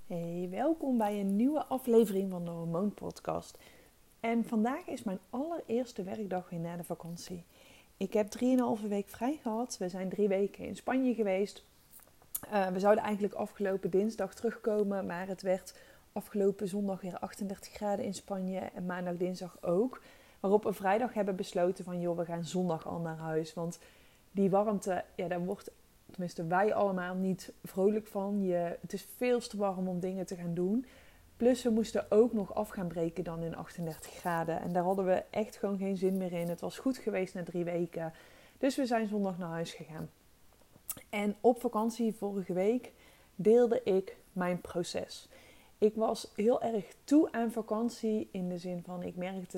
Hey, welkom bij een nieuwe aflevering van de Hormoon Podcast. En vandaag is mijn allereerste werkdag weer na de vakantie. Ik heb 3,5 week vrij gehad. We zijn 3 weken in Spanje geweest. We zouden eigenlijk afgelopen dinsdag terugkomen, maar het werd afgelopen zondag weer 38 graden in Spanje en maandag, dinsdag ook. Waarop we vrijdag hebben besloten van joh, we gaan zondag al naar huis. Want die warmte, ja, daar wordt tenminste wij allemaal niet vrolijk van. Het is veel te warm om dingen te gaan doen. Plus we moesten ook nog af gaan breken dan in 38 graden. En daar hadden we echt gewoon geen zin meer in. Het was goed geweest na 3 weken. Dus we zijn zondag naar huis gegaan. En op vakantie vorige week deelde ik mijn proces. Ik was heel erg toe aan vakantie in de zin van ik merkte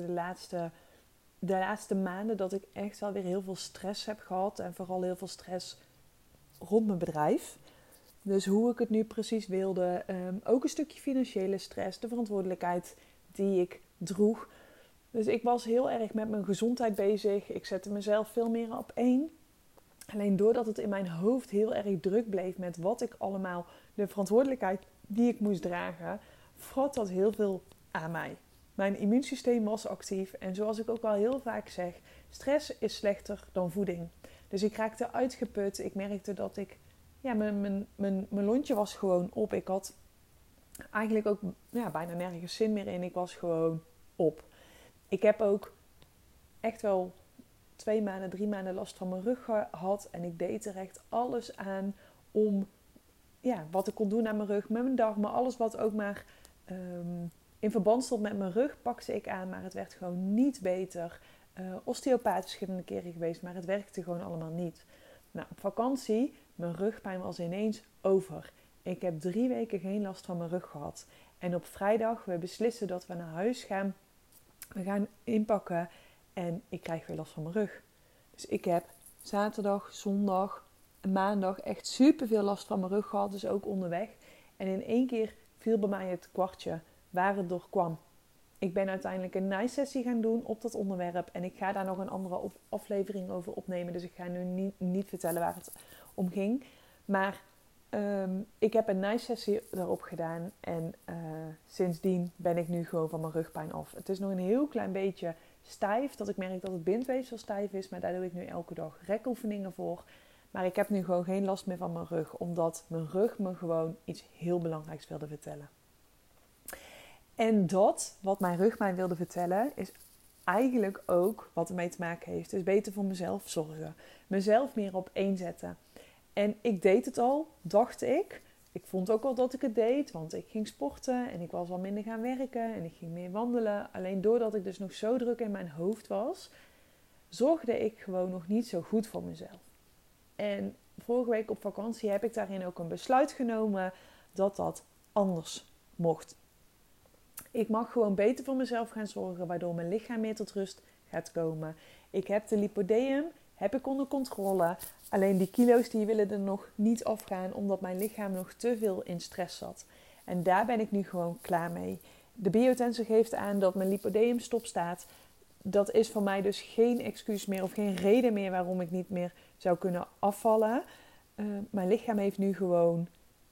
de laatste maanden dat ik echt wel weer heel veel stress heb gehad. En vooral heel veel stress rond mijn bedrijf. Dus hoe ik het nu precies wilde. Ook een stukje financiële stress. De verantwoordelijkheid die ik droeg. Dus ik was heel erg met mijn gezondheid bezig. Ik zette mezelf veel meer op één. Alleen doordat het in mijn hoofd heel erg druk bleef met wat ik allemaal, de verantwoordelijkheid die ik moest dragen, vrat dat heel veel aan mij. Mijn immuunsysteem was actief en zoals ik ook al heel vaak zeg, stress is slechter dan voeding. Dus ik raakte uitgeput. Ik merkte dat mijn lontje was gewoon op. Ik had eigenlijk ook bijna nergens zin meer in. Ik was gewoon op. Ik heb ook echt wel 2 maanden, 3 maanden last van mijn rug gehad. En ik deed er echt alles aan om wat ik kon doen aan mijn rug, met mijn darmen, alles wat ook maar in verband stond met mijn rug, pakte ik aan. Maar het werd gewoon niet beter. Osteopaat verschillende keren geweest, maar het werkte gewoon allemaal niet. Nou, op vakantie, mijn rugpijn was ineens over. Ik heb 3 weken geen last van mijn rug gehad. En op vrijdag, we beslissen dat we naar huis gaan. We gaan inpakken en ik krijg weer last van mijn rug. Dus ik heb zaterdag, zondag en maandag echt superveel last van mijn rug gehad. Dus ook onderweg. En in 1 keer viel bij mij het kwartje waar het door kwam. Ik ben uiteindelijk een NICE-sessie gaan doen op dat onderwerp. En ik ga daar nog een andere aflevering over opnemen. Dus ik ga nu niet vertellen waar het om ging. Maar ik heb een NICE-sessie daarop gedaan. En sindsdien ben ik nu gewoon van mijn rugpijn af. Het is nog een heel klein beetje stijf. Dat ik merk dat het bindweefsel stijf is. Maar daar doe ik nu elke dag rekoefeningen voor. Maar ik heb nu gewoon geen last meer van mijn rug. Omdat mijn rug me gewoon iets heel belangrijks wilde vertellen. En dat, wat mijn rug mij wilde vertellen, is eigenlijk ook wat ermee te maken heeft. Dus beter voor mezelf zorgen. Mezelf meer op één zetten. En ik deed het al, dacht ik. Ik vond ook al dat ik het deed, want ik ging sporten en ik was al minder gaan werken en ik ging meer wandelen. Alleen doordat ik dus nog zo druk in mijn hoofd was, zorgde ik gewoon nog niet zo goed voor mezelf. En vorige week op vakantie heb ik daarin ook een besluit genomen dat dat anders mocht. Ik mag gewoon beter voor mezelf gaan zorgen, waardoor mijn lichaam meer tot rust gaat komen. Ik heb de lipödem, heb ik onder controle. Alleen die kilo's die willen er nog niet afgaan, omdat mijn lichaam nog te veel in stress zat. En daar ben ik nu gewoon klaar mee. De biotensor geeft aan dat mijn lipödem stopstaat. Dat is voor mij dus geen excuus meer of geen reden meer waarom ik niet meer zou kunnen afvallen. Mijn lichaam heeft nu gewoon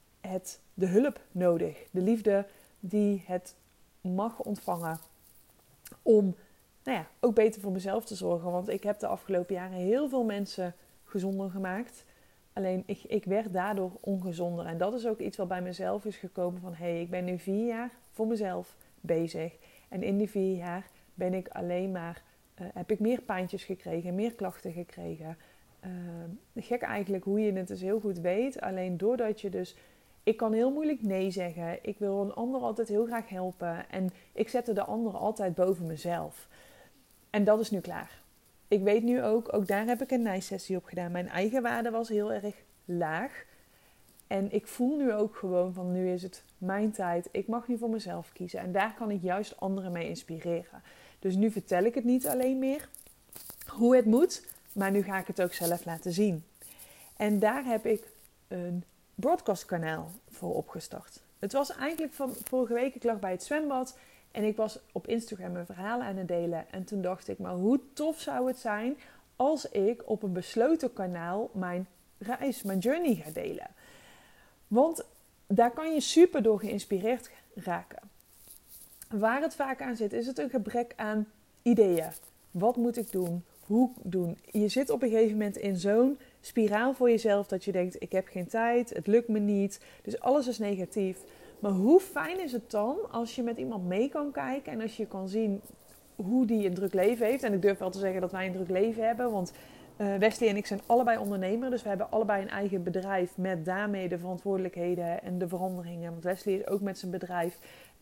de hulp nodig. De liefde die het mag ontvangen om ook beter voor mezelf te zorgen. Want ik heb de afgelopen jaren heel veel mensen gezonder gemaakt. Alleen ik werd daardoor ongezonder. En dat is ook iets wat bij mezelf is gekomen van ik ben nu 4 jaar voor mezelf bezig. En in die 4 jaar ben ik alleen maar, heb ik meer pijntjes gekregen, meer klachten gekregen. Gek eigenlijk hoe je het dus heel goed weet. Alleen doordat je dus, ik kan heel moeilijk nee zeggen. Ik wil een ander altijd heel graag helpen. En ik zette de ander altijd boven mezelf. En dat is nu klaar. Ik weet nu ook daar heb ik een NICE-sessie op gedaan. Mijn eigen waarde was heel erg laag. En ik voel nu ook gewoon van nu is het mijn tijd. Ik mag nu voor mezelf kiezen. En daar kan ik juist anderen mee inspireren. Dus nu vertel ik het niet alleen meer hoe het moet. Maar nu ga ik het ook zelf laten zien. En daar heb ik een broadcastkanaal voor opgestart. Het was eigenlijk van vorige week, ik lag bij het zwembad en ik was op Instagram mijn verhalen aan het delen. En toen dacht ik, maar hoe tof zou het zijn als ik op een besloten kanaal mijn reis, mijn journey ga delen. Want daar kan je super door geïnspireerd raken. Waar het vaak aan zit, is het een gebrek aan ideeën. Wat moet ik doen? Hoe doen? Je zit op een gegeven moment in zo'n spiraal voor jezelf dat je denkt, ik heb geen tijd, het lukt me niet. Dus alles is negatief. Maar hoe fijn is het dan als je met iemand mee kan kijken en als je kan zien hoe die een druk leven heeft. En ik durf wel te zeggen dat wij een druk leven hebben, want Wesley en ik zijn allebei ondernemer. Dus we hebben allebei een eigen bedrijf met daarmee de verantwoordelijkheden en de veranderingen. Want Wesley is ook met zijn bedrijf,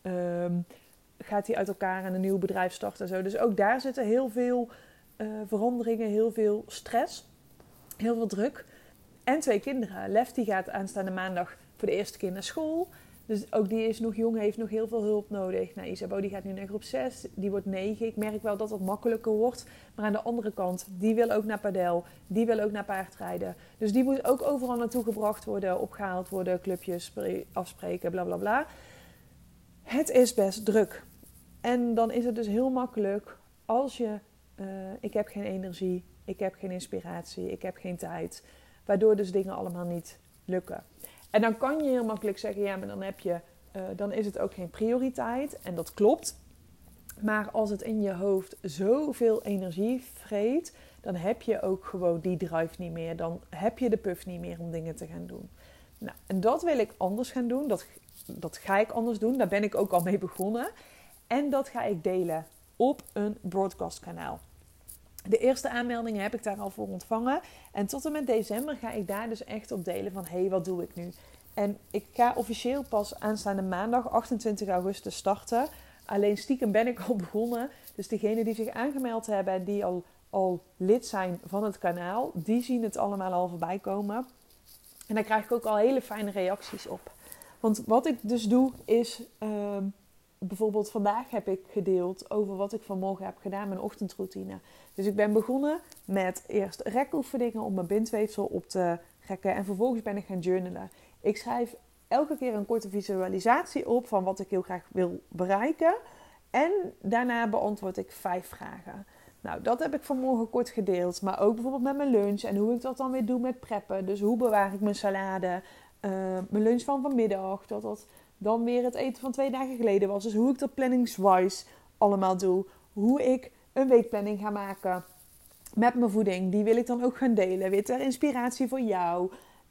gaat hij uit elkaar en een nieuw bedrijf starten en zo. Dus ook daar zitten heel veel veranderingen, heel veel stress, heel veel druk. En 2 kinderen. Lef die gaat aanstaande maandag voor de eerste keer naar school. Dus ook die is nog jong, heeft nog heel veel hulp nodig. Nou, Isabeau die gaat nu naar groep 6, die wordt 9. Ik merk wel dat het makkelijker wordt. Maar aan de andere kant, die wil ook naar padel, die wil ook naar paardrijden. Dus die moet ook overal naartoe gebracht worden, opgehaald worden, clubjes afspreken, bla bla bla. Het is best druk. En dan is het dus heel makkelijk als je, ik heb geen energie, ik heb geen inspiratie, ik heb geen tijd. Waardoor dus dingen allemaal niet lukken. En dan kan je heel makkelijk zeggen, ja, maar dan is het ook geen prioriteit. En dat klopt. Maar als het in je hoofd zoveel energie vreet, dan heb je ook gewoon die drive niet meer. Dan heb je de puff niet meer om dingen te gaan doen. Nou, en dat wil ik anders gaan doen. Dat ga ik anders doen. Daar ben ik ook al mee begonnen. En dat ga ik delen op een broadcastkanaal. De eerste aanmeldingen heb ik daar al voor ontvangen. En tot en met december ga ik daar dus echt op delen van, hé, wat doe ik nu? En ik ga officieel pas aanstaande maandag 28 augustus starten. Alleen stiekem ben ik al begonnen. Dus degenen die zich aangemeld hebben en die al lid zijn van het kanaal, die zien het allemaal al voorbij komen. En daar krijg ik ook al hele fijne reacties op. Want wat ik dus doe is, bijvoorbeeld vandaag heb ik gedeeld over wat ik vanmorgen heb gedaan, mijn ochtendroutine. Dus ik ben begonnen met eerst rekoefeningen om mijn bindweefsel op te rekken. En vervolgens ben ik gaan journalen. Ik schrijf elke keer een korte visualisatie op van wat ik heel graag wil bereiken. En daarna beantwoord ik 5 vragen. Nou, dat heb ik vanmorgen kort gedeeld. Maar ook bijvoorbeeld met mijn lunch en hoe ik dat dan weer doe met preppen. Dus hoe bewaar ik mijn salade, mijn lunch van vanmiddag. Dat dan weer het eten van 2 dagen geleden was. Dus hoe ik dat planningswise allemaal doe. Hoe ik een weekplanning ga maken met mijn voeding. Die wil ik dan ook gaan delen. Weer ter inspiratie voor jou.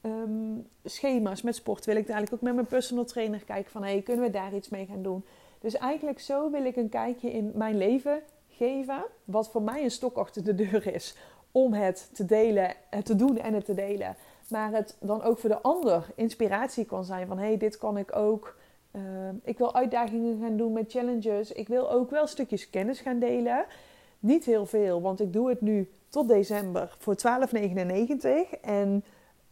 Schema's met sport wil ik dadelijk ook met mijn personal trainer kijken van, hey, kunnen we daar iets mee gaan doen? Dus eigenlijk zo wil ik een kijkje in mijn leven geven, wat voor mij een stok achter de deur is om het te delen, het te doen en het te delen. Maar het dan ook voor de ander inspiratie kan zijn van, hey, dit kan ik ook. Ik wil uitdagingen gaan doen met challenges. Ik wil ook wel stukjes kennis gaan delen. Niet heel veel, want ik doe het nu tot december voor €12,99. En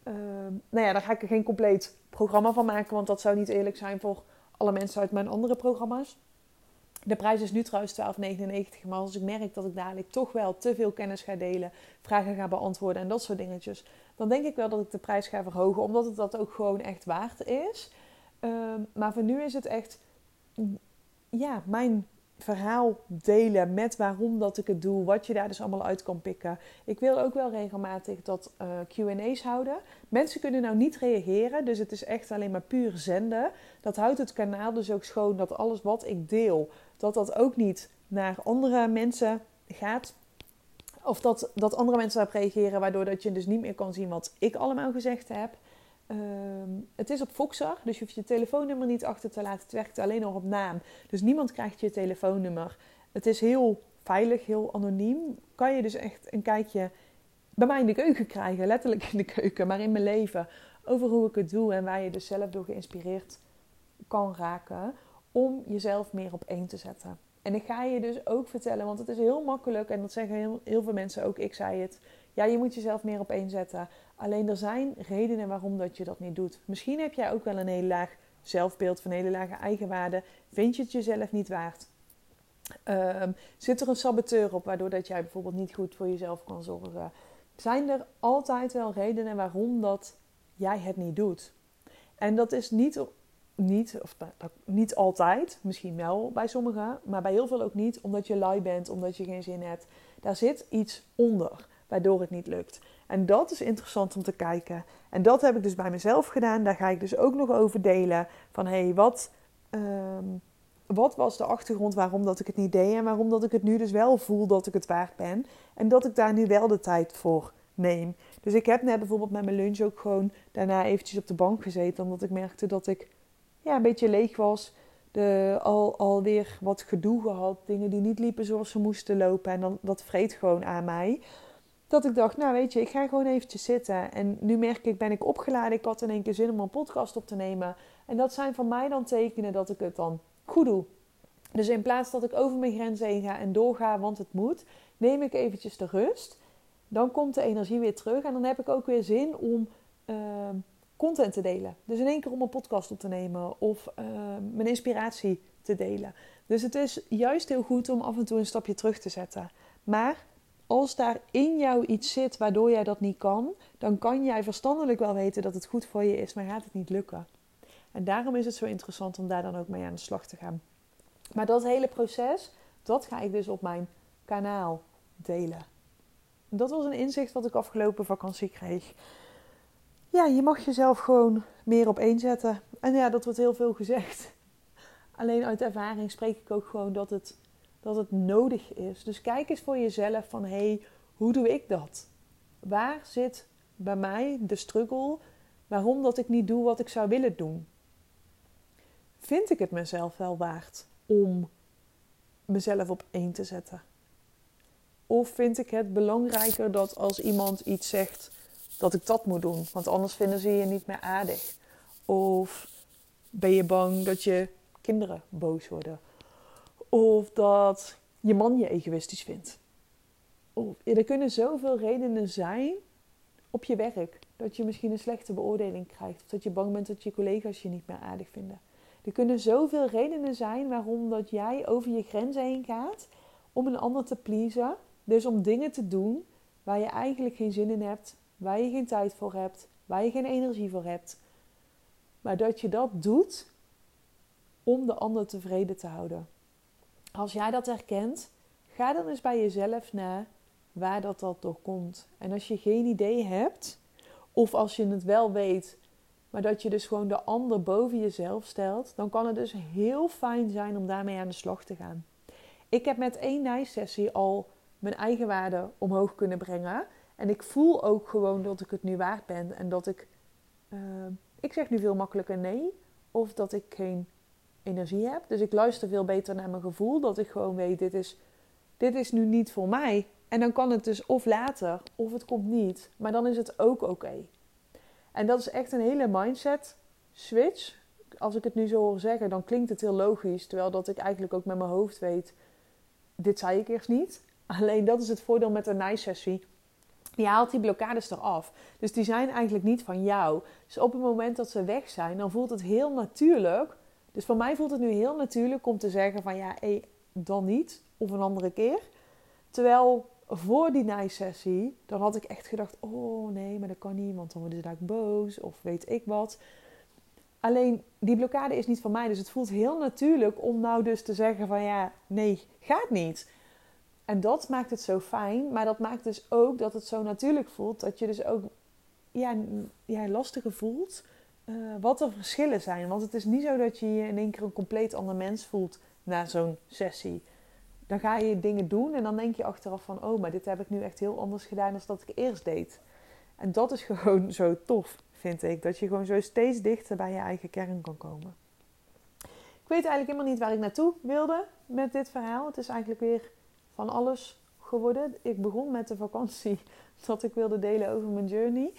nou ja, daar ga ik er geen compleet programma van maken, want dat zou niet eerlijk zijn voor alle mensen uit mijn andere programma's. De prijs is nu trouwens €12,99, maar als ik merk dat ik dadelijk toch wel te veel kennis ga delen, vragen ga beantwoorden en dat soort dingetjes, dan denk ik wel dat ik de prijs ga verhogen, omdat het dat ook gewoon echt waard is. Maar voor nu is het echt, ja, mijn verhaal delen met waarom dat ik het doe, wat je daar dus allemaal uit kan pikken. Ik wil ook wel regelmatig dat Q&A's houden. Mensen kunnen nou niet reageren, dus het is echt alleen maar puur zenden. Dat houdt het kanaal dus ook schoon, dat alles wat ik deel, dat ook niet naar andere mensen gaat. Of dat andere mensen daarop reageren, waardoor dat je dus niet meer kan zien wat ik allemaal gezegd heb. Het is op Voxer, dus je hoeft je telefoonnummer niet achter te laten. Het werkt alleen nog op naam. Dus niemand krijgt je telefoonnummer. Het is heel veilig, heel anoniem. Kan je dus echt een kijkje bij mij in de keuken krijgen. Letterlijk in de keuken, maar in mijn leven. Over hoe ik het doe en waar je dus zelf door geïnspireerd kan raken. Om jezelf meer op één te zetten. En ik ga je dus ook vertellen, want het is heel makkelijk. En dat zeggen heel veel mensen ook, ik zei het. Ja, je moet jezelf meer op één zetten. Alleen er zijn redenen waarom dat je dat niet doet. Misschien heb jij ook wel een hele laag zelfbeeld, van een hele lage eigenwaarde. Vind je het jezelf niet waard? Zit er een saboteur op, waardoor dat jij bijvoorbeeld niet goed voor jezelf kan zorgen? Zijn er altijd wel redenen waarom dat jij het niet doet? En dat is niet altijd, misschien wel bij sommigen, maar bij heel veel ook niet, omdat je lui bent, omdat je geen zin hebt. Daar zit iets onder, waardoor het niet lukt. En dat is interessant om te kijken. En dat heb ik dus bij mezelf gedaan. Daar ga ik dus ook nog over delen. Van wat was de achtergrond waarom dat ik het niet deed. En waarom dat ik het nu dus wel voel dat ik het waard ben. En dat ik daar nu wel de tijd voor neem. Dus ik heb net bijvoorbeeld met mijn lunch ook gewoon daarna eventjes op de bank gezeten. Omdat ik merkte dat ik een beetje leeg was. Alweer wat gedoe gehad. Dingen die niet liepen zoals ze moesten lopen. En dan, dat vreet gewoon aan mij. Dat ik dacht, nou weet je, ik ga gewoon eventjes zitten. En nu merk ik, ben ik opgeladen. Ik had in één keer zin om een podcast op te nemen. En dat zijn van mij dan tekenen dat ik het dan goed doe. Dus in plaats dat ik over mijn grenzen heen ga en doorga, want het moet, neem ik eventjes de rust. Dan komt de energie weer terug. En dan heb ik ook weer zin om content te delen. Dus in één keer om een podcast op te nemen. Of mijn inspiratie te delen. Dus het is juist heel goed om af en toe een stapje terug te zetten. Maar als daar in jou iets zit waardoor jij dat niet kan, dan kan jij verstandelijk wel weten dat het goed voor je is, maar gaat het niet lukken. En daarom is het zo interessant om daar dan ook mee aan de slag te gaan. Maar dat hele proces, dat ga ik dus op mijn kanaal delen. Dat was een inzicht wat ik afgelopen vakantie kreeg. Ja, je mag jezelf gewoon meer op één zetten. En ja, dat wordt heel veel gezegd. Alleen uit ervaring spreek ik ook gewoon dat het nodig is. Dus kijk eens voor jezelf van, hoe doe ik dat? Waar zit bij mij de struggle? Waarom dat ik niet doe wat ik zou willen doen? Vind ik het mezelf wel waard om mezelf op één te zetten? Of vind ik het belangrijker dat als iemand iets zegt, dat ik dat moet doen? Want anders vinden ze je niet meer aardig. Of ben je bang dat je kinderen boos worden? Of dat je man je egoïstisch vindt. Er kunnen zoveel redenen zijn op je werk. Dat je misschien een slechte beoordeling krijgt. Of dat je bang bent dat je collega's je niet meer aardig vinden. Er kunnen zoveel redenen zijn waarom dat jij over je grenzen heen gaat. Om een ander te pleasen. Dus om dingen te doen waar je eigenlijk geen zin in hebt. Waar je geen tijd voor hebt. Waar je geen energie voor hebt. Maar dat je dat doet om de ander tevreden te houden. Als jij dat herkent, ga dan eens bij jezelf na waar dat door komt. En als je geen idee hebt, of als je het wel weet, maar dat je dus gewoon de ander boven jezelf stelt, dan kan het dus heel fijn zijn om daarmee aan de slag te gaan. Ik heb met 1 naaisessie al mijn eigen waarde omhoog kunnen brengen. En ik voel ook gewoon dat ik het nu waard ben. En dat ik zeg nu veel makkelijker nee. Of dat ik geen energie heb. Dus ik luister veel beter naar mijn gevoel. Dat ik gewoon weet, dit is nu niet voor mij. En dan kan het dus of later, of het komt niet. Maar dan is het ook oké. En dat is echt een hele mindset switch. Als ik het nu zo hoor zeggen, dan klinkt het heel logisch. Terwijl dat ik eigenlijk ook met mijn hoofd weet, dit zei ik eerst niet. Alleen dat is het voordeel met een naaisessie. Je haalt die blokkades eraf. Dus die zijn eigenlijk niet van jou. Dus op het moment dat ze weg zijn, dan voelt het heel natuurlijk. Dus voor mij voelt het nu heel natuurlijk om te zeggen van dan niet. Of een andere keer. Terwijl voor die naaisessie, dan had ik echt gedacht, oh nee, maar dat kan niet. Want dan worden ze daar boos of weet ik wat. Alleen die blokkade is niet van mij. Dus het voelt heel natuurlijk om nou dus te zeggen van nee, gaat niet. En dat maakt het zo fijn. Maar dat maakt dus ook dat het zo natuurlijk voelt. Dat je dus ook lastiger voelt. Wat er verschillen zijn. Want het is niet zo dat je je in één keer een compleet ander mens voelt na zo'n sessie. Dan ga je dingen doen en dan denk je achteraf van, oh, maar dit heb ik nu echt heel anders gedaan dan dat ik eerst deed. En dat is gewoon zo tof, vind ik. Dat je gewoon zo steeds dichter bij je eigen kern kan komen. Ik weet eigenlijk helemaal niet waar ik naartoe wilde met dit verhaal. Het is eigenlijk weer van alles geworden. Ik begon met de vakantie dat ik wilde delen over mijn journey.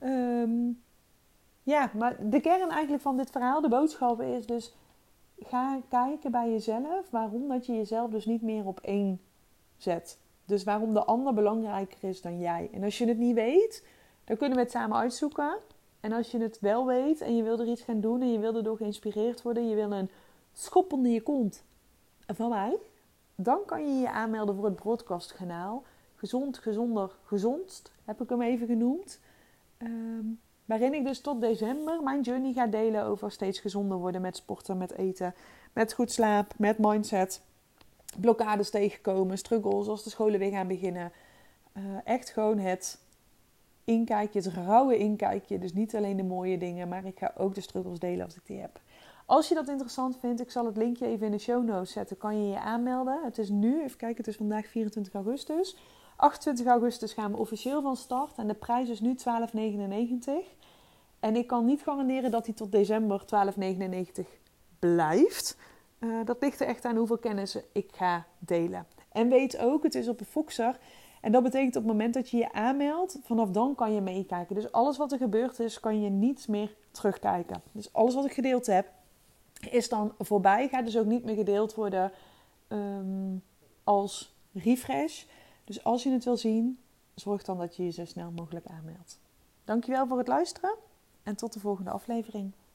Maar de kern eigenlijk van dit verhaal, de boodschap is dus, ga kijken bij jezelf waarom dat je jezelf dus niet meer op één zet. Dus waarom de ander belangrijker is dan jij. En als je het niet weet, dan kunnen we het samen uitzoeken. En als je het wel weet en je wil er iets gaan doen en je wil erdoor geïnspireerd worden, je wil een schop onder je kont van mij, dan kan je je aanmelden voor het broadcastkanaal. Gezond, gezonder, gezondst heb ik hem even genoemd. Waarin ik dus tot december mijn journey ga delen over steeds gezonder worden met sporten, met eten, met goed slaap, met mindset, blokkades tegenkomen, struggles als de scholen weer gaan beginnen. Echt gewoon het inkijkje, het rauwe inkijkje. Dus niet alleen de mooie dingen, maar ik ga ook de struggles delen als ik die heb. Als je dat interessant vindt, ik zal het linkje even in de show notes zetten, kan je je aanmelden. Het is nu, even kijken, het is vandaag 24 augustus. 28 augustus gaan we officieel van start en de prijs is nu €12,99. En ik kan niet garanderen dat die tot december €12,99 blijft. Dat ligt er echt aan hoeveel kennis ik ga delen. En weet ook, het is op een Voxer. En dat betekent op het moment dat je je aanmeldt, vanaf dan kan je meekijken. Dus alles wat er gebeurd is, kan je niet meer terugkijken. Dus alles wat ik gedeeld heb, is dan voorbij. Gaat dus ook niet meer gedeeld worden als refresh. Dus als je het wil zien, zorg dan dat je je zo snel mogelijk aanmeldt. Dankjewel voor het luisteren en tot de volgende aflevering.